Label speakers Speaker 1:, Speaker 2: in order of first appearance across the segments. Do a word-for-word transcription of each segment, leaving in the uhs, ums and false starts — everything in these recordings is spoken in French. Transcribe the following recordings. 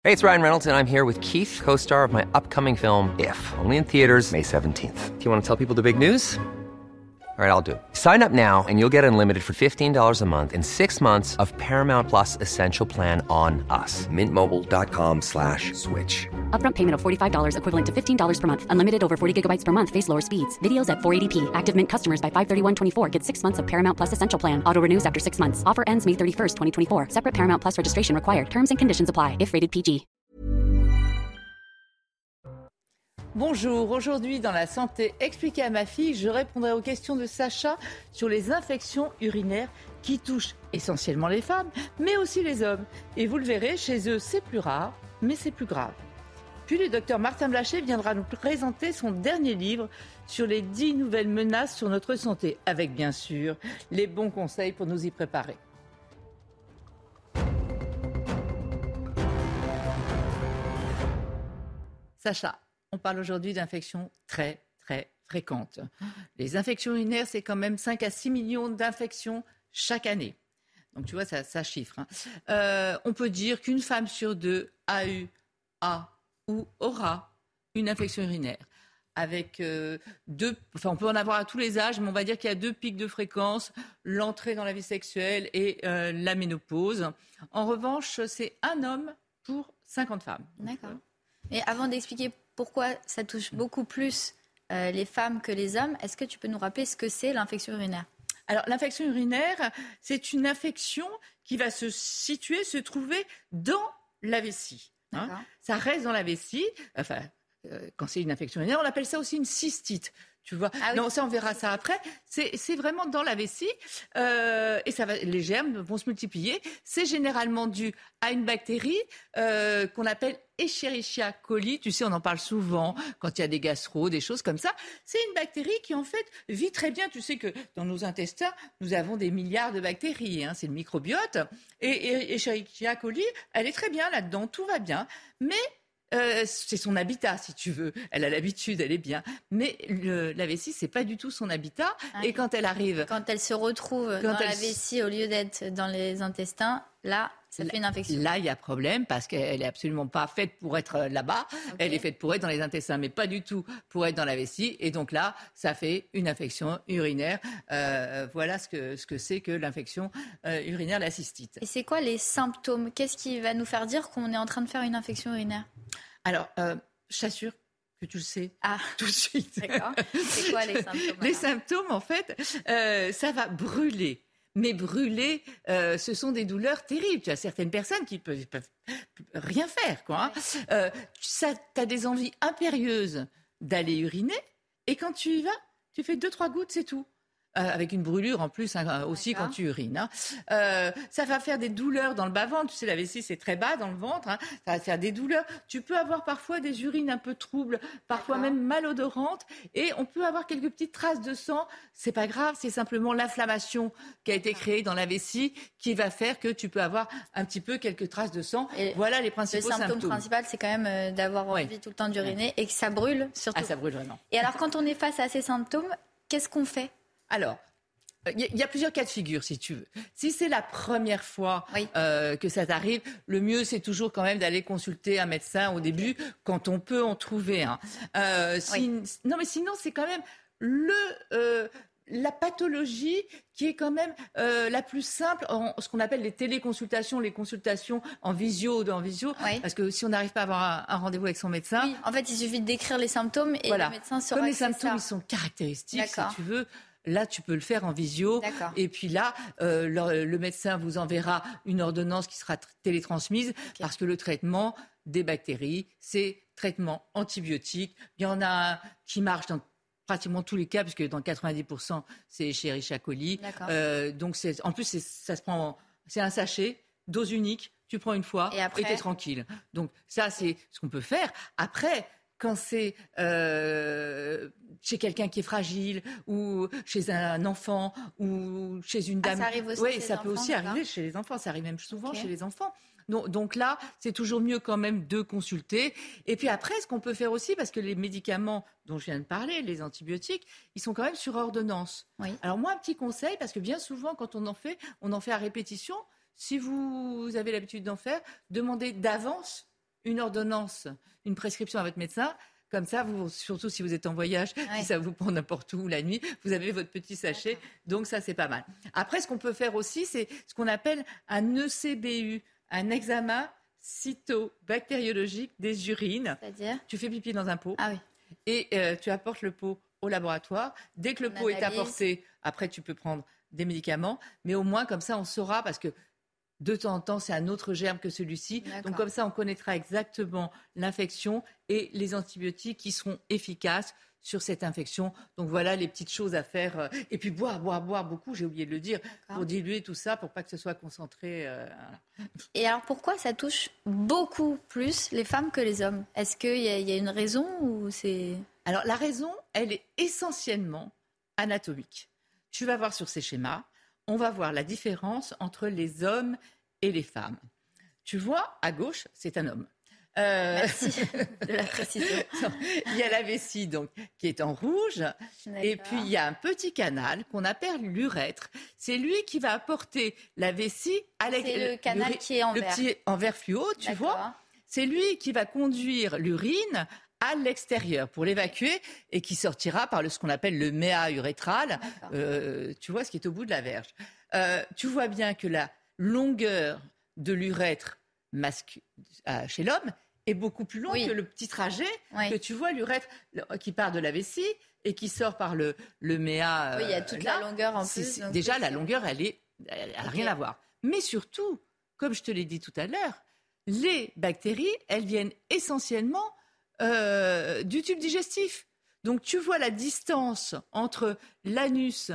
Speaker 1: Hey, it's Ryan Reynolds, and I'm here with Keith, co-star of my upcoming film, If, only in theaters May seventeenth. Do you want to tell people the big news? All right, I'll do it. Sign up now and you'll get unlimited for fifteen dollars a month and six months of Paramount Plus Essential Plan on us. Mint Mobile dot com slash switch.
Speaker 2: Upfront payment of forty-five dollars equivalent to fifteen dollars per month. Unlimited over forty gigabytes per month. Face lower speeds. Videos at four eighty p. Active Mint customers by five thirty-one twenty-four get six months of Paramount Plus Essential Plan. Auto renews after six months. Offer ends May thirty-first, twenty twenty-four. Separate Paramount Plus registration required. Terms and conditions apply if rated P G.
Speaker 3: Bonjour, aujourd'hui dans La Santé expliquée à ma fille, je répondrai aux questions de Sacha sur les infections urinaires qui touchent essentiellement les femmes, mais aussi les hommes. Et vous le verrez, chez eux c'est plus rare, mais c'est plus grave. Puis le docteur Martin Blacher viendra nous présenter son dernier livre sur les dix nouvelles menaces sur notre santé, avec bien sûr les bons conseils pour nous y préparer. Sacha, on parle aujourd'hui d'infections très, très fréquentes. Les infections urinaires, c'est quand même cinq à six millions d'infections chaque année. Donc, tu vois, ça, ça chiffre. Hein. Euh, on peut dire qu'une femme sur deux a eu, a ou aura une infection urinaire. Avec euh, deux, enfin, on peut en avoir à tous les âges, mais on va dire qu'il y a deux pics de fréquence, l'entrée dans la vie sexuelle et euh, la ménopause. En revanche, c'est un homme pour cinquante femmes.
Speaker 4: D'accord. Mais avant d'expliquer pourquoi ça touche beaucoup plus euh, les femmes que les hommes, est-ce que tu peux nous rappeler ce que c'est l'infection urinaire ?
Speaker 3: Alors, l'infection urinaire, c'est une infection qui va se situer, se trouver dans la vessie. Hein. Ça reste dans la vessie. Enfin, euh, quand c'est une infection urinaire, on appelle ça aussi une cystite. Tu vois, ah oui. Non, ça on verra ça après. C'est, c'est vraiment dans la vessie euh, et ça va, les germes vont se multiplier. C'est généralement dû à une bactérie euh, qu'on appelle Escherichia coli. Tu sais, on en parle souvent quand il y a des gastro, des choses comme ça. C'est une bactérie qui en fait vit très bien. Tu sais que dans nos intestins, nous avons des milliards de bactéries. Hein, c'est le microbiote. Et, et Escherichia coli, elle est très bien là-dedans. Tout va bien, mais Euh, c'est son habitat, si tu veux. Elle a l'habitude, elle est bien. Mais le, la vessie, c'est pas du tout son habitat. Ah, et quand elle arrive,
Speaker 4: quand elle se retrouve dans la vessie au lieu d'être dans les intestins, là, ça fait une infection.
Speaker 3: Là, il y a problème parce qu'elle est absolument pas faite pour être là-bas. Okay. Elle est faite pour être dans les intestins, mais pas du tout pour être dans la vessie. Et donc là, ça fait une infection urinaire. Euh, voilà ce que ce que c'est que l'infection euh, urinaire, la cystite.
Speaker 4: Et c'est quoi les symptômes ? Qu'est-ce qui va nous faire dire qu'on est en train de faire une infection urinaire ?
Speaker 3: Alors, euh, je t'assure que tu le sais
Speaker 4: ah.
Speaker 3: tout de suite.
Speaker 4: D'accord. C'est quoi les symptômes ?
Speaker 3: Les symptômes, en fait, euh, ça va brûler. Mais brûler, euh, ce sont des douleurs terribles. Tu as certaines personnes qui peuvent, peuvent rien faire, quoi. Hein. Euh, ça, tu as des envies impérieuses d'aller uriner. Et quand tu y vas, tu fais deux, trois gouttes, c'est tout. Euh, avec une brûlure en plus hein, aussi D'accord. quand tu urines. Hein. Euh, ça va faire des douleurs dans le bas-ventre. Tu sais, la vessie, c'est très bas dans le ventre. Hein. Ça va faire des douleurs. Tu peux avoir parfois des urines un peu troubles, parfois D'accord. même malodorantes. Et on peut avoir quelques petites traces de sang. C'est pas grave, c'est simplement l'inflammation qui a été créée dans la vessie qui va faire que tu peux avoir un petit peu quelques traces de sang. Et voilà les principaux symptômes.
Speaker 4: Le symptôme principal, c'est quand même euh, d'avoir envie oui. tout le temps d'uriner oui. et que ça brûle surtout.
Speaker 3: Ah, ça brûle vraiment.
Speaker 4: Et alors, quand on est face à ces symptômes, qu'est-ce qu'on fait ?
Speaker 3: Alors, il y, y a plusieurs cas de figure, si tu veux. Si c'est la première fois oui. euh, que ça t'arrive, le mieux, c'est toujours quand même d'aller consulter un médecin au début, okay. quand on peut en trouver un. Euh, si, oui. Non, mais sinon, c'est quand même le... Euh, la pathologie qui est quand même euh, la plus simple, en ce qu'on appelle les téléconsultations, les consultations en visio, en visio oui. parce que si on n'arrive pas à avoir un, un rendez-vous avec son médecin...
Speaker 4: Oui, en fait, il suffit de décrire les symptômes et voilà. le médecin saura
Speaker 3: Comme les
Speaker 4: que c'est
Speaker 3: symptômes,
Speaker 4: ça.
Speaker 3: Ils sont caractéristiques,
Speaker 4: D'accord.
Speaker 3: si tu veux... Là, tu peux le faire en visio.
Speaker 4: D'accord.
Speaker 3: Et puis là, euh, le, le médecin vous enverra une ordonnance qui sera télétransmise okay. parce que le traitement des bactéries, c'est traitement antibiotique. Il y en a un qui marche dans pratiquement tous les cas, puisque dans quatre-vingt-dix pour cent, c'est Escherichia coli. Euh, donc, c'est, en plus, c'est, ça se prend, c'est un sachet, dose unique. Tu prends une fois et, après... et t'es tranquille. Donc, ça, c'est ce qu'on peut faire. Après... Quand c'est euh, chez quelqu'un qui est fragile ou chez un enfant ou chez une dame.
Speaker 4: Ah, ça arrive aussi
Speaker 3: oui,
Speaker 4: chez
Speaker 3: ça
Speaker 4: les
Speaker 3: peut
Speaker 4: enfants,
Speaker 3: aussi arriver chez les enfants. Ça arrive même souvent
Speaker 4: okay.
Speaker 3: chez les enfants. Donc, donc là, c'est toujours mieux quand même de consulter. Et puis après, ce qu'on peut faire aussi, parce que les médicaments dont je viens de parler, les antibiotiques, ils sont quand même sur ordonnance.
Speaker 4: Oui.
Speaker 3: Alors moi, un petit conseil, parce que bien souvent, quand on en fait, on en fait à répétition. Si vous avez l'habitude d'en faire, demandez d'avance une ordonnance, une prescription à votre médecin. Comme ça, vous, surtout si vous êtes en voyage, ouais. si ça vous prend n'importe où la nuit, vous avez votre petit sachet. D'accord. Donc ça, c'est pas mal. Après, ce qu'on peut faire aussi, c'est ce qu'on appelle un E C B U, un examen cytobactériologique des urines.
Speaker 4: C'est-à-dire ?
Speaker 3: Tu fais pipi dans un pot
Speaker 4: ah oui.
Speaker 3: et euh, tu apportes le pot au laboratoire. Dès que le on pot analyse. Est apporté, après, tu peux prendre des médicaments. Mais au moins, comme ça, on saura parce que de temps en temps, c'est un autre germe que celui-ci. D'accord. Donc comme ça, on connaîtra exactement l'infection et les antibiotiques qui seront efficaces sur cette infection. Donc voilà les petites choses à faire. Et puis boire, boire, boire beaucoup, j'ai oublié de le dire, D'accord. pour diluer tout ça, pour pas que ce soit concentré. Euh...
Speaker 4: Et alors pourquoi ça touche beaucoup plus les femmes que les hommes ? Est-ce qu'il y a, il y a une raison ou c'est...
Speaker 3: Alors la raison, elle est essentiellement anatomique. Tu vas voir sur ces schémas, on va voir la différence entre les hommes et les femmes. Tu vois, à gauche, c'est un homme.
Speaker 4: Euh... Merci de la précision.
Speaker 3: Il y a la vessie donc, qui est en rouge. D'accord. Et puis, il y a un petit canal qu'on appelle l'urètre. C'est lui qui va apporter la vessie à
Speaker 4: l'ex... C'est le canal le... qui est en
Speaker 3: le
Speaker 4: vert.
Speaker 3: Le petit en vert fluo, tu D'accord. vois. C'est lui qui va conduire l'urine à l'extérieur pour l'évacuer et qui sortira par le, ce qu'on appelle le méa urétral, euh, tu vois, ce qui est au bout de la verge. Euh, tu vois bien que la longueur de l'urètre mascu- euh, chez l'homme est beaucoup plus longue oui. que le petit trajet oui. que tu vois, l'urètre qui part de la vessie et qui sort par le, le méa.
Speaker 4: Euh, oui, il y a toute là. la longueur en plus.
Speaker 3: Donc déjà, la longueur, elle n'a elle, elle okay. rien à voir. Mais surtout, comme je te l'ai dit tout à l'heure, les bactéries, elles viennent essentiellement Euh, du tube digestif. Donc tu vois la distance entre l'anus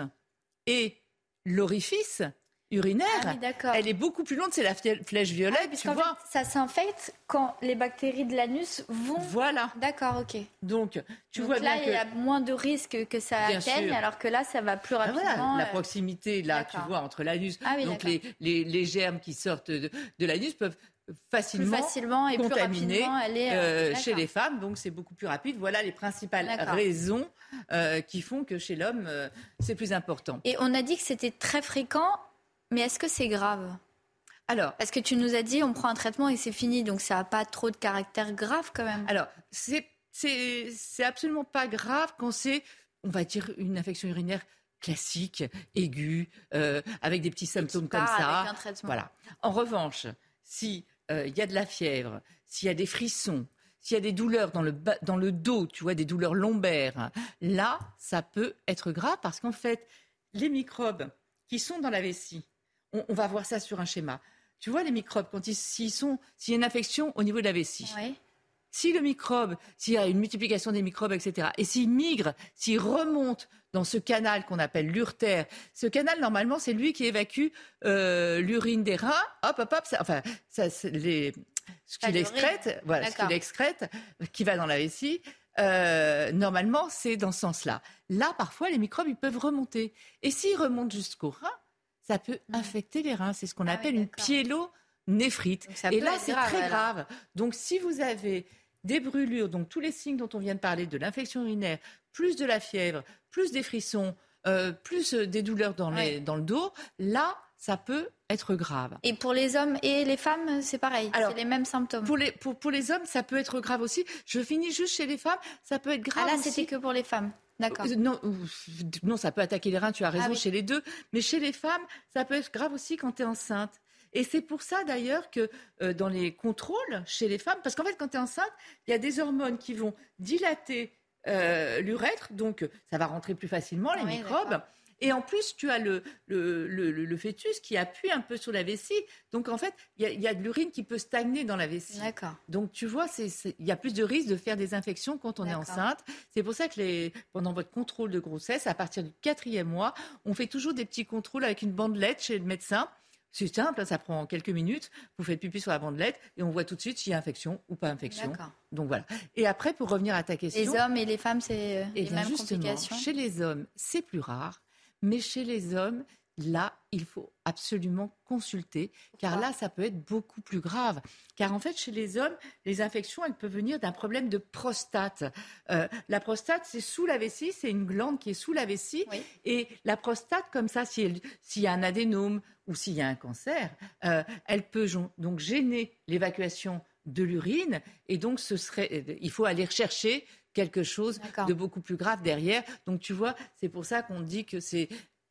Speaker 3: et l'orifice urinaire,
Speaker 4: ah oui,
Speaker 3: elle est beaucoup plus longue, c'est la flèche violette, ah, tu vois.
Speaker 4: Fait, ça s'infecte quand les bactéries de l'anus vont...
Speaker 3: Voilà.
Speaker 4: D'accord, ok.
Speaker 3: Donc, tu
Speaker 4: Donc
Speaker 3: vois
Speaker 4: là,
Speaker 3: bien
Speaker 4: il y a moins de risques que ça
Speaker 3: bien
Speaker 4: atteigne,
Speaker 3: sûr.
Speaker 4: Alors que là, ça va plus rapidement.
Speaker 3: Ah, voilà. La proximité, là, d'accord. tu vois, entre l'anus,
Speaker 4: ah oui,
Speaker 3: donc les, les, les germes qui sortent de, de l'anus peuvent facilement,
Speaker 4: plus facilement et
Speaker 3: contaminer
Speaker 4: plus rapidement aller,
Speaker 3: euh, chez les femmes, donc c'est beaucoup plus rapide. Voilà les principales d'accord. raisons euh, qui font que chez l'homme, euh, c'est plus important.
Speaker 4: Et on a dit que c'était très fréquent, mais est-ce que c'est grave ?
Speaker 3: Alors,
Speaker 4: parce que tu nous as dit, on prend un traitement et c'est fini, donc ça n'a pas trop de caractère grave quand même.
Speaker 3: Alors, c'est, c'est, c'est absolument pas grave quand c'est, on va dire, une infection urinaire classique, aiguë, euh, avec des petits symptômes comme ça.
Speaker 4: Avec un traitement.
Speaker 3: Voilà. En revanche, si il euh, y a de la fièvre, s'il y a des frissons, s'il y a des douleurs dans le, ba- dans le dos, tu vois, des douleurs lombaires, là, ça peut être grave parce qu'en fait, les microbes qui sont dans la vessie, on, on va voir ça sur un schéma. Tu vois, les microbes, quand ils, s'ils sont, s'il y a une infection au niveau de la vessie,
Speaker 4: oui.
Speaker 3: si le microbe, s'il y a une multiplication des microbes, et cetera, et s'il migre, s'il remonte dans ce canal qu'on appelle l'urtère, ce canal, normalement, c'est lui qui évacue euh, l'urine des reins, hop, hop, hop, ça, enfin, ça, c'est les, ce qu'il excrète, voilà, ce qu'il excrète, qui va dans la vessie, euh, normalement, c'est dans ce sens-là. Là, parfois, les microbes, ils peuvent remonter. Et s'ils remontent jusqu'au rein, ça peut mmh. infecter les reins. C'est ce qu'on ah appelle oui, une pyélonéphrite. Et là, c'est grave, très grave. Alors. Donc, si vous avez des brûlures, donc tous les signes dont on vient de parler, de l'infection urinaire, plus de la fièvre, plus des frissons, euh, plus des douleurs dans, les,
Speaker 4: oui.
Speaker 3: dans le dos, là, ça peut être grave.
Speaker 4: Et pour les hommes et les femmes, c'est pareil, alors, c'est les mêmes symptômes.
Speaker 3: Pour les, pour, pour les hommes, ça peut être grave aussi. Je finis juste chez les femmes, ça peut être grave
Speaker 4: aussi. Ah là,
Speaker 3: aussi.
Speaker 4: c'était que pour les femmes. D'accord.
Speaker 3: Euh, non, non, ça peut attaquer les reins, tu as raison, ah, oui. chez les deux. Mais chez les femmes, ça peut être grave aussi quand tu es enceinte. Et c'est pour ça d'ailleurs que euh, dans les contrôles chez les femmes, parce qu'en fait quand tu es enceinte, il y a des hormones qui vont dilater euh, l'urètre, donc ça va rentrer plus facilement les oui, microbes. D'accord. Et en plus, tu as le, le, le, le fœtus qui appuie un peu sur la vessie. Donc, en fait, il y, y a de l'urine qui peut stagner dans la vessie.
Speaker 4: D'accord.
Speaker 3: Donc, tu vois, il y a plus de risques de faire des infections quand on D'accord. est enceinte. C'est pour ça que les, pendant votre contrôle de grossesse, à partir du quatrième mois, on fait toujours des petits contrôles avec une bandelette chez le médecin. C'est simple, ça prend quelques minutes. Vous faites pipi sur la bandelette et on voit tout de suite s'il y a infection ou pas infection.
Speaker 4: D'accord.
Speaker 3: Donc voilà. Et après, pour revenir à ta question...
Speaker 4: Les hommes et les femmes, c'est
Speaker 3: eh
Speaker 4: les
Speaker 3: bien,
Speaker 4: mêmes
Speaker 3: justement,
Speaker 4: complications.
Speaker 3: Chez les hommes, c'est plus rare. Mais chez les hommes, là, il faut absolument consulter, car là, ça peut être beaucoup plus grave. Car en fait, chez les hommes, les infections, elles peuvent venir d'un problème de prostate. Euh, la prostate, c'est sous la vessie, c'est une glande qui est sous la vessie.
Speaker 4: Oui.
Speaker 3: Et la prostate, comme ça, si elle, s'il y a un adénome ou s'il y a un cancer, euh, elle peut donc gêner l'évacuation de l'urine. Et donc, ce serait, il faut aller rechercher quelque chose D'accord. de beaucoup plus grave derrière. Donc, tu vois, c'est pour ça qu'on dit que c'est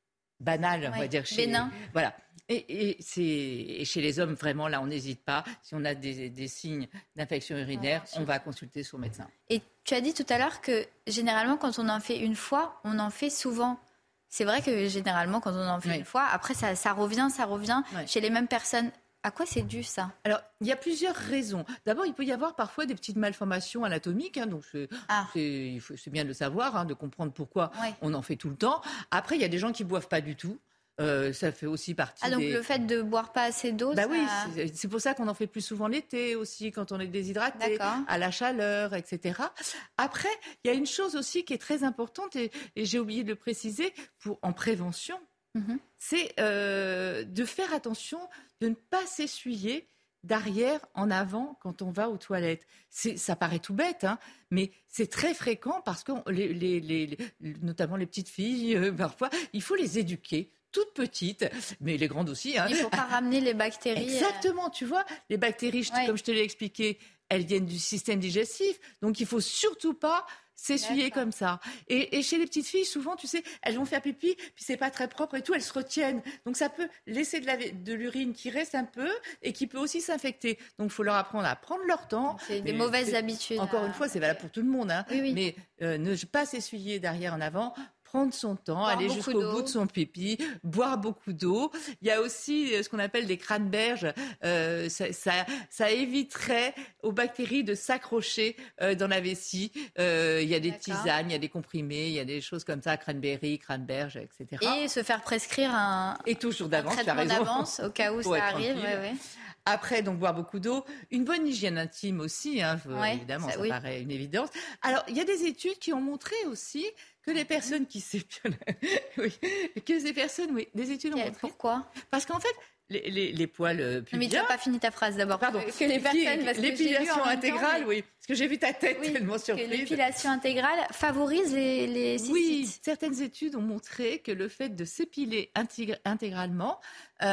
Speaker 3: banal, on
Speaker 4: ouais.
Speaker 3: va dire. Chez,
Speaker 4: Bénin.
Speaker 3: Voilà. Et, et, c'est, et chez les hommes, vraiment, là, on n'hésite pas. Si on a des, des signes d'infection urinaire, ouais, on va consulter son médecin.
Speaker 4: Et tu as dit tout à l'heure que, généralement, quand on en fait une fois, on en fait souvent. C'est vrai que, généralement, quand on en fait oui. une fois, après, ça, ça revient, ça revient ouais. chez les mêmes personnes. À quoi c'est dû, ça ?
Speaker 3: Alors, il y a plusieurs raisons. D'abord, il peut y avoir parfois des petites malformations anatomiques. Hein, donc, c'est, ah. c'est, il faut, c'est bien de le savoir, hein, de comprendre pourquoi ouais. on en fait tout le temps. Après, il y a des gens qui ne boivent pas du tout. Euh, ça fait aussi partie
Speaker 4: Ah, donc
Speaker 3: des...
Speaker 4: le fait de boire pas assez d'eau,
Speaker 3: bah
Speaker 4: ça...
Speaker 3: oui, c'est, c'est pour ça qu'on en fait plus souvent l'été aussi, quand on est déshydraté, D'accord. à la chaleur, et cetera. Après, il y a une chose aussi qui est très importante, et, et j'ai oublié de le préciser, pour, en prévention, mm-hmm. c'est euh, de faire attention de ne pas s'essuyer d'arrière en avant quand on va aux toilettes. C'est, ça paraît tout bête, hein, mais c'est très fréquent parce que les, les, les, les, notamment les petites filles, euh, parfois, il faut les éduquer. Toutes petites, mais les grandes aussi. Hein.
Speaker 4: Il ne faut pas ramener les bactéries.
Speaker 3: Exactement, tu vois, les bactéries, ouais. comme je te l'ai expliqué, elles viennent du système digestif, donc il ne faut surtout pas s'essuyer D'accord. comme ça. Et, et chez les petites filles, souvent, tu sais, elles vont faire pipi, puis c'est pas très propre et tout, elles se retiennent. Donc ça peut laisser de, la, de l'urine qui reste un peu et qui peut aussi s'infecter. Donc il faut leur apprendre à prendre leur temps.
Speaker 4: Donc, c'est des mauvaises c'est, habitudes.
Speaker 3: Encore à... une fois, c'est valable pour tout le monde, hein, oui, oui. mais euh, ne pas s'essuyer derrière en avant. Prendre son temps, boire aller jusqu'au d'eau. bout de son pipi, boire beaucoup d'eau. Il y a aussi ce qu'on appelle des crânes-berges. Euh, ça, ça, ça éviterait aux bactéries de s'accrocher euh, dans la vessie. Euh, il y a des D'accord. tisanes, il y a des comprimés, il y a des choses comme ça, cranberry, crâne-berge, et cetera.
Speaker 4: Et se faire prescrire un,
Speaker 3: Et toujours d'avance,
Speaker 4: un traitement d'avance au cas où ça arrive. Ouais, ouais.
Speaker 3: Après, donc, boire beaucoup d'eau. Une bonne hygiène intime aussi, hein, ouais, évidemment, ça, ça oui. paraît une évidence. Alors, il y a des études qui ont montré aussi que les personnes qui s'épilent... oui, que ces personnes, oui, des études ont montré...
Speaker 4: Pourquoi ?
Speaker 3: Parce qu'en fait, les, les, les poils pubiens...
Speaker 4: Mais tu n'as pas fini ta phrase d'abord.
Speaker 3: Pardon.
Speaker 4: Que les personnes... Parce
Speaker 3: l'épilation
Speaker 4: que
Speaker 3: intégrale,
Speaker 4: temps,
Speaker 3: oui. Parce que j'ai vu ta tête
Speaker 4: oui,
Speaker 3: tellement surprise.
Speaker 4: Que l'épilation intégrale favorise les, les cystites.
Speaker 3: Oui, certaines études ont montré que le fait de s'épiler intég- intégralement,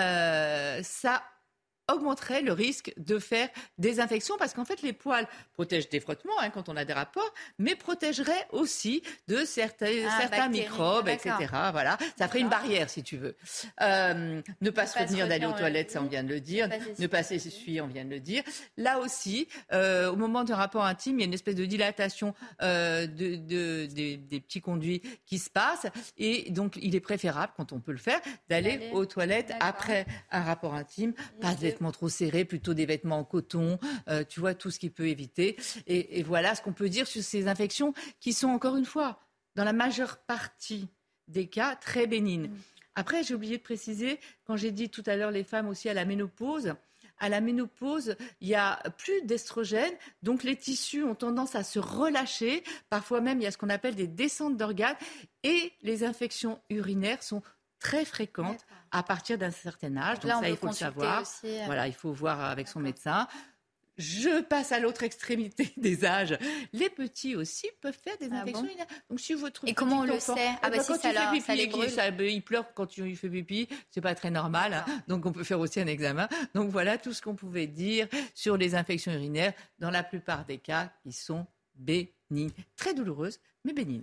Speaker 3: euh, ça... augmenterait le risque de faire des infections parce qu'en fait, les poils protègent des frottements hein, quand on a des rapports, mais protégeraient aussi de certains, ah, certains microbes, D'accord. et cetera. Voilà, ça D'accord. ferait une barrière si tu veux. Euh, ne pas ne se pas retenir d'aller aux toilettes, ça on vient de le dire. Ne, ne pas s'essuyer, on vient de le dire. Là aussi, euh, au moment d'un rapport intime, il y a une espèce de dilatation euh, de, de, de, des petits conduits qui se passent et donc il est préférable, quand on peut le faire, d'aller Allez. aux toilettes D'accord. après un rapport intime, pas d'être trop serrés, plutôt des vêtements en coton, euh, tu vois, tout ce qui peut éviter. Et, et voilà ce qu'on peut dire sur ces infections qui sont, encore une fois, dans la majeure partie des cas, très bénignes. Après, j'ai oublié de préciser, quand j'ai dit tout à l'heure les femmes aussi à la ménopause, à la ménopause, il y a plus d'estrogène, donc les tissus ont tendance à se relâcher. Parfois même, il y a ce qu'on appelle des descentes d'organes et les infections urinaires sont très fréquentes à partir d'un certain âge. Donc, donc là, il faut le savoir. Aussi, euh... Voilà, il faut voir avec son médecin. Je passe à l'autre extrémité des âges. Les petits aussi peuvent faire des infections urinaires. Ah bon Donc, si votre
Speaker 4: Et comment on
Speaker 3: enfant,
Speaker 4: le sait
Speaker 3: ah bah, si quand ça, il fait pipi, ça les brûle. Ça, il pleure quand il fait pipi, c'est pas très normal. Hein. Donc, on peut faire aussi un examen. Donc, voilà tout ce qu'on pouvait dire sur les infections urinaires dans la plupart des cas qui sont bénignes. Très douloureuses, mais bénignes.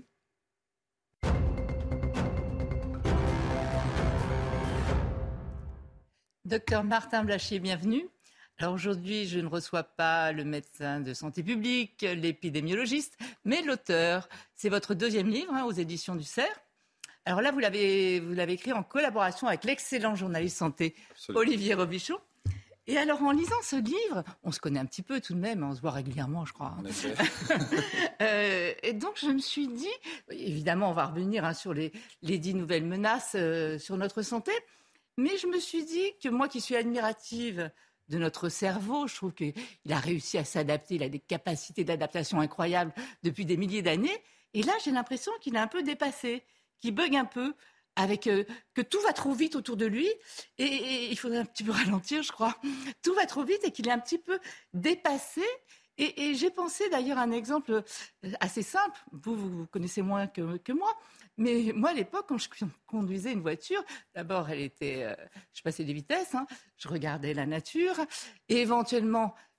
Speaker 3: Docteur Martin Blachier, bienvenue. Alors aujourd'hui, je ne reçois pas le médecin de santé publique, l'épidémiologiste, mais l'auteur. C'est votre deuxième livre hein, aux éditions du Cerf. Alors là, vous l'avez, vous l'avez écrit en collaboration avec l'excellent journaliste santé Absolument. Olivier Robichaud. Et alors, en lisant ce livre, on se connaît un petit peu tout de même, on se voit régulièrement, je crois. Hein. euh, et donc, je me suis dit, évidemment, on va revenir hein, sur les, les dix nouvelles menaces euh, sur notre santé. Mais je me suis dit que moi qui suis admirative de notre cerveau, je trouve qu'il a réussi à s'adapter, il a des capacités d'adaptation incroyables depuis des milliers d'années. Et là, j'ai l'impression qu'il est un peu dépassé, qu'il bug un peu, avec euh, que tout va trop vite autour de lui. Et, et il faudrait un petit peu ralentir, je crois. Tout va trop vite et qu'il est un petit peu dépassé. Et, et j'ai pensé d'ailleurs à un exemple assez simple. Vous, vous connaissez moins que, que moi. Mais moi, à l'époque, quand je conduisais une voiture, d'abord, elle était, euh, je passais des vitesses, hein, je regardais la nature, et éventuellement,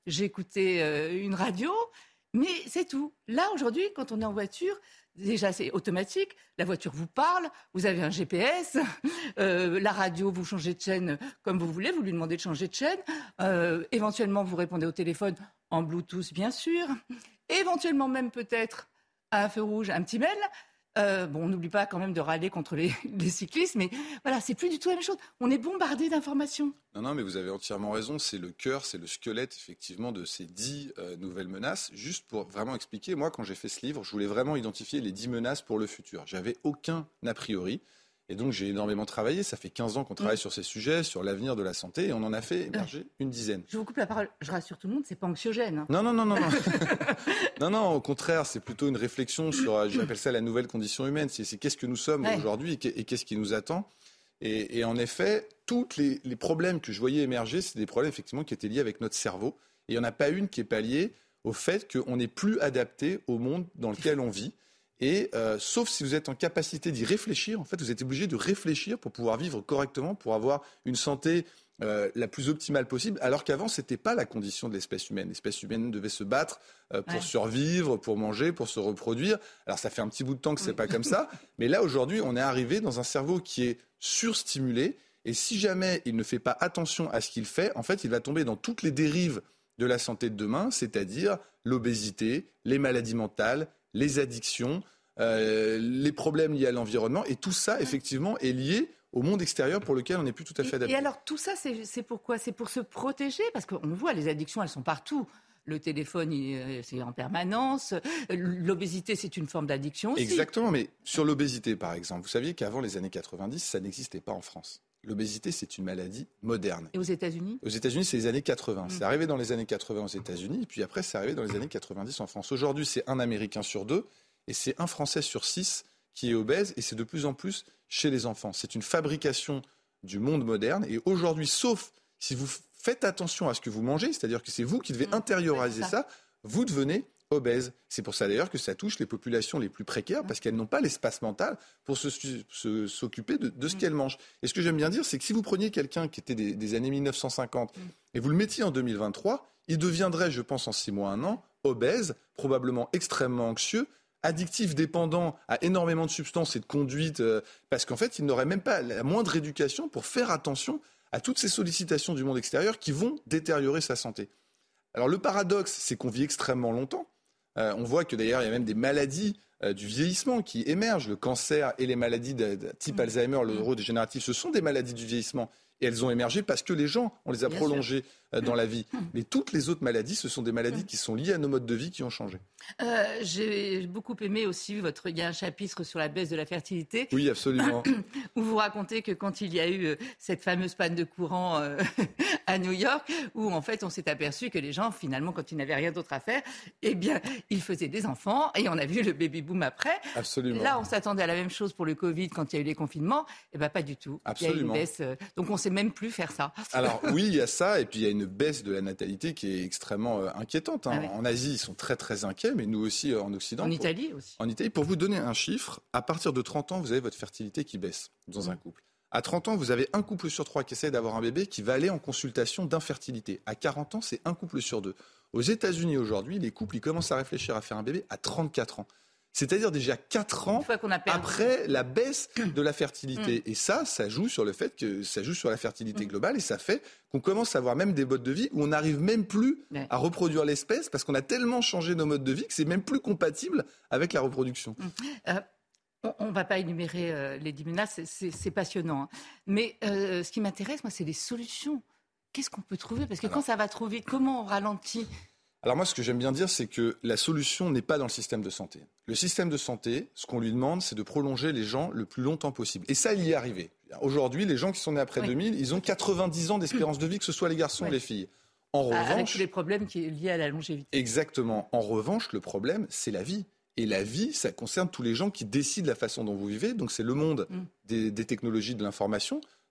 Speaker 3: j'ai écouté euh, une radio, mais c'est tout. Là, aujourd'hui, quand on est en voiture, déjà, c'est automatique. La voiture vous parle, vous avez un G P S. Euh, la radio, vous changez de chaîne comme vous voulez. Vous lui demandez de changer de chaîne. Euh, éventuellement, vous répondez au téléphone en Bluetooth, bien sûr. Éventuellement, même peut-être à un feu rouge, un petit mail. Euh, bon, on n'oublie pas quand même de râler contre les, les cyclistes, mais voilà, c'est plus du tout la même chose. On est bombardé d'informations.
Speaker 5: Non, non, mais vous avez entièrement raison. C'est le cœur, c'est le squelette, effectivement, de ces dix euh, nouvelles menaces. Juste pour vraiment expliquer, moi, quand j'ai fait ce livre, je voulais vraiment identifier les dix menaces pour le futur. J'avais aucun a priori. Et donc, j'ai énormément travaillé. Ça fait quinze ans qu'on travaille mmh. sur ces sujets, sur l'avenir de la santé, et on en a fait émerger une dizaine.
Speaker 3: Je vous coupe la parole. Je rassure tout le monde, c'est pas anxiogène. Hein.
Speaker 5: Non, non, non, non. Non. non, non, au contraire, c'est plutôt une réflexion sur, j'appelle ça la nouvelle condition humaine. C'est, c'est qu'est-ce que nous sommes ouais. aujourd'hui et qu'est-ce qui nous attend. Et, et en effet, tous les, les problèmes que je voyais émerger, c'est des problèmes effectivement qui étaient liés avec notre cerveau. Et il n'y en a pas une qui est pas liée au fait qu'on n'est plus adapté au monde dans lequel on vit. Et euh, sauf si vous êtes en capacité d'y réfléchir, en fait, vous êtes obligé de réfléchir pour pouvoir vivre correctement, pour avoir une santé euh, la plus optimale possible, alors qu'avant, ce n'était pas la condition de l'espèce humaine. L'espèce humaine devait se battre euh, pour ouais. survivre, pour manger, pour se reproduire. Alors, ça fait un petit bout de temps que ce n'est pas comme ça, mais là, aujourd'hui, on est arrivé dans un cerveau qui est surstimulé, et si jamais il ne fait pas attention à ce qu'il fait, en fait, il va tomber dans toutes les dérives de la santé de demain, c'est-à-dire l'obésité, les maladies mentales, les addictions, euh, les problèmes liés à l'environnement. Et tout ça, effectivement, est lié au monde extérieur pour lequel on n'est plus tout à fait adapté.
Speaker 3: Et, et alors, tout ça, c'est, c'est pourquoi ? C'est pour se protéger ? Parce qu'on voit, les addictions, elles sont partout. Le téléphone, il, c'est en permanence. L'obésité, c'est une forme d'addiction aussi.
Speaker 5: Exactement, mais sur l'obésité, par exemple, vous saviez qu'avant les années quatre-vingt-dix, ça n'existait pas en France. L'obésité, c'est une maladie moderne.
Speaker 3: Et aux États-Unis ?
Speaker 5: Aux États-Unis, c'est les années quatre-vingts.
Speaker 3: Mmh.
Speaker 5: C'est arrivé dans les années quatre-vingts aux États-Unis, et puis après, c'est arrivé dans les années quatre-vingt-dix en France. Aujourd'hui, c'est un Américain sur deux, et c'est un Français sur six qui est obèse, et c'est de plus en plus chez les enfants. C'est une fabrication du monde moderne, et aujourd'hui, sauf si vous faites attention à ce que vous mangez, c'est-à-dire que c'est vous qui devez mmh. intérioriser ça. ça, vous devenez obèse. C'est pour ça d'ailleurs que ça touche les populations les plus précaires parce qu'elles n'ont pas l'espace mental pour se, se, s'occuper de, de ce mmh. qu'elles mangent. Et ce que j'aime bien dire, c'est que si vous preniez quelqu'un qui était des, des années mille neuf cent cinquante mmh. et vous le mettiez en deux mille vingt-trois, il deviendrait, je pense, en six mois, un an, obèse, probablement extrêmement anxieux, addictif, dépendant à énormément de substances et de conduite, euh, parce qu'en fait, il n'aurait même pas la moindre éducation pour faire attention à toutes ces sollicitations du monde extérieur qui vont détériorer sa santé. Alors le paradoxe, c'est qu'on vit extrêmement longtemps. Euh, on voit que d'ailleurs, il y a même des maladies euh, du vieillissement qui émergent. Le cancer et les maladies de, de type mmh. Alzheimer, le neurodégénératif, ce sont des maladies du vieillissement. Et elles ont émergé parce que les gens, on les a Bien prolongées euh, dans la vie. Mais toutes les autres maladies, ce sont des maladies qui sont liées à nos modes de vie qui ont changé.
Speaker 3: Euh, j'ai beaucoup aimé aussi votre... Il y a un chapitre sur la baisse de la fertilité.
Speaker 5: Oui, absolument.
Speaker 3: Où vous racontez que quand il y a eu cette fameuse panne de courant euh, à New York, où en fait on s'est aperçu que les gens, finalement, quand ils n'avaient rien d'autre à faire, eh bien, ils faisaient des enfants. Et on a vu le baby-boom après.
Speaker 5: Absolument.
Speaker 3: Là, on s'attendait à la même chose pour le Covid quand il y a eu les confinements. Eh bien, pas du tout.
Speaker 5: Absolument.
Speaker 3: Il y a eu une baisse. Euh, donc, on ne sait même plus faire ça.
Speaker 5: Alors, oui, il y a ça. Et puis, il y a une baisse de la natalité qui est extrêmement euh, inquiétante. Hein. Ah ouais. En Asie, ils sont très, très inquiets. Mais nous aussi, euh, en Occident.
Speaker 3: En
Speaker 5: pour...
Speaker 3: Italie aussi.
Speaker 5: En Italie, pour vous donner un chiffre, à partir de trente ans, vous avez votre fertilité qui baisse dans mmh. un couple. À trente ans, vous avez un couple sur trois qui essaie d'avoir un bébé qui va aller en consultation d'infertilité. À quarante ans, c'est un couple sur deux. Aux États-Unis aujourd'hui, les couples ils commencent à réfléchir à faire un bébé à trente-quatre ans. C'est-à-dire déjà quatre ans après la baisse de la fertilité. Mmh. Et ça, ça joue sur le fait que ça joue sur la fertilité mmh. globale et ça fait qu'on commence à avoir même des modes de vie où on n'arrive même plus ouais. à reproduire l'espèce parce qu'on a tellement changé nos modes de vie que c'est même plus compatible avec la reproduction.
Speaker 3: Mmh. Euh... On ne va pas énumérer euh, les dix menaces, c'est, c'est, c'est passionnant. Hein. Mais euh, ce qui m'intéresse, moi, c'est les solutions. Qu'est-ce qu'on peut trouver ? Parce que Alors, quand ça va trop vite, comment on ralentit ?
Speaker 5: Alors moi, ce que j'aime bien dire, c'est que la solution n'est pas dans le système de santé. Le système de santé, ce qu'on lui demande, c'est de prolonger les gens le plus longtemps possible. Et ça, il y est arrivé. Aujourd'hui, les gens qui sont nés après oui. deux mille, ils ont quatre-vingt-dix ans d'espérance de vie, que ce soit les garçons oui. ou les filles. En revanche,
Speaker 3: avec tous les problèmes qui sont liés à la longévité.
Speaker 5: Exactement. En revanche, le problème, c'est la vie. Et la vie, ça concerne tous les gens qui décident la façon dont vous vivez. Donc c'est le monde mmh. des, des technologies de l'information.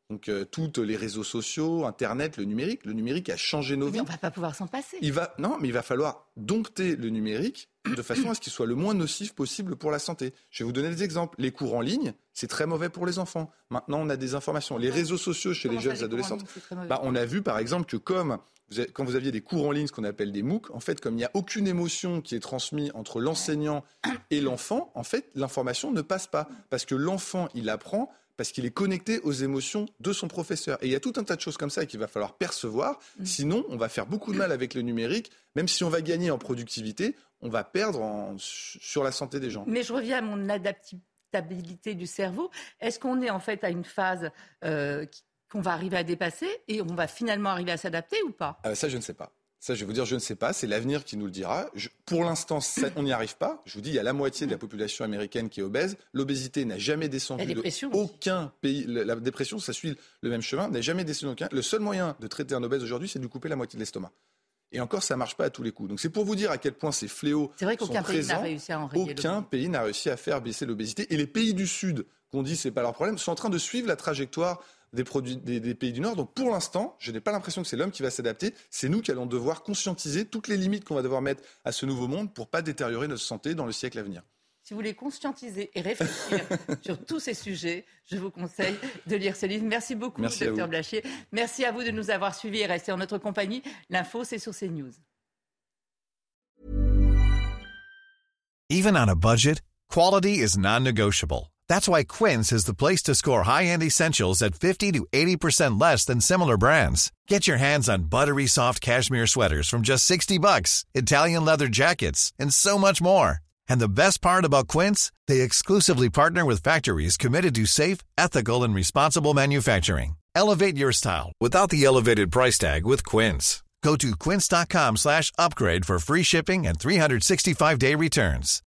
Speaker 5: Donc, euh, toutes les réseaux sociaux, Internet, le numérique. Le numérique a changé nos
Speaker 3: mais
Speaker 5: vies.
Speaker 3: on ne va pas pouvoir s'en passer.
Speaker 5: Il va, non, mais il va falloir dompter le numérique de façon à ce qu'il soit le moins nocif possible pour la santé. Je vais vous donner des exemples. Les cours en ligne, c'est très mauvais pour les enfants. Maintenant, on a des informations. Les réseaux sociaux chez
Speaker 3: Comment
Speaker 5: les
Speaker 3: ça,
Speaker 5: jeunes
Speaker 3: les
Speaker 5: adolescentes,
Speaker 3: ligne,
Speaker 5: bah, on a vu par exemple que comme vous avez, quand vous aviez des cours en ligne, ce qu'on appelle des MOOC, en fait, comme il n'y a aucune émotion qui est transmise entre l'enseignant et l'enfant, en fait, l'information ne passe pas. Parce que l'enfant, il apprend parce qu'il est connecté aux émotions de son professeur. Et il y a tout un tas de choses comme ça qu'il va falloir percevoir. Mmh. Sinon, on va faire beaucoup de mal avec le numérique. Même si on va gagner en productivité, on va perdre en, sur la santé des gens.
Speaker 3: Mais je reviens à mon adaptabilité du cerveau. Est-ce qu'on est en fait à une phase euh, qu'on va arriver à dépasser et on va finalement arriver à s'adapter ou pas ?
Speaker 5: euh, Ça, je ne sais pas. Ça, je vais vous dire, je ne sais pas. C'est l'avenir qui nous le dira. Je, pour l'instant, ça, on n'y arrive pas. Je vous dis, il y a la moitié de la population américaine qui est obèse. L'obésité n'a jamais descendu
Speaker 3: de
Speaker 5: aucun pays. La, la dépression, ça suit le même chemin, n'a jamais descendu aucun. Le seul moyen de traiter un obèse aujourd'hui, c'est de lui couper la moitié de l'estomac. Et encore, ça ne marche pas à tous les coups. Donc c'est pour vous dire à quel point ces fléaux
Speaker 3: c'est vrai qu'aucun
Speaker 5: sont présents.
Speaker 3: Pays n'a réussi à enrayer
Speaker 5: aucun pays n'a réussi à faire baisser l'obésité. Et les pays du Sud, qu'on dit c'est pas leur problème, sont en train de suivre la trajectoire des, produits, des, des pays du Nord. Donc pour l'instant, je n'ai pas l'impression que c'est l'homme qui va s'adapter. C'est nous qui allons devoir conscientiser toutes les limites qu'on va devoir mettre à ce nouveau monde pour ne pas détériorer notre santé dans le siècle à venir.
Speaker 3: Si vous voulez conscientiser et réfléchir sur tous ces sujets, je vous conseille de lire ce livre. Merci beaucoup,
Speaker 5: Merci
Speaker 3: docteur Blachier. Merci à vous de nous avoir suivis et rester en notre compagnie. L'info, c'est sur CNews.
Speaker 6: Even on a budget, quality is non-negotiable. That's why Quince is the place to score high-end essentials at fifty to eighty percent less than similar brands. Get your hands on buttery soft cashmere sweaters from just sixty bucks, Italian leather jackets, and so much more. And the best part about Quince, they exclusively partner with factories committed to safe, ethical, and responsible manufacturing. Elevate your style without the elevated price tag with Quince. Go to quince.com slash upgrade for free shipping and three sixty-five day returns.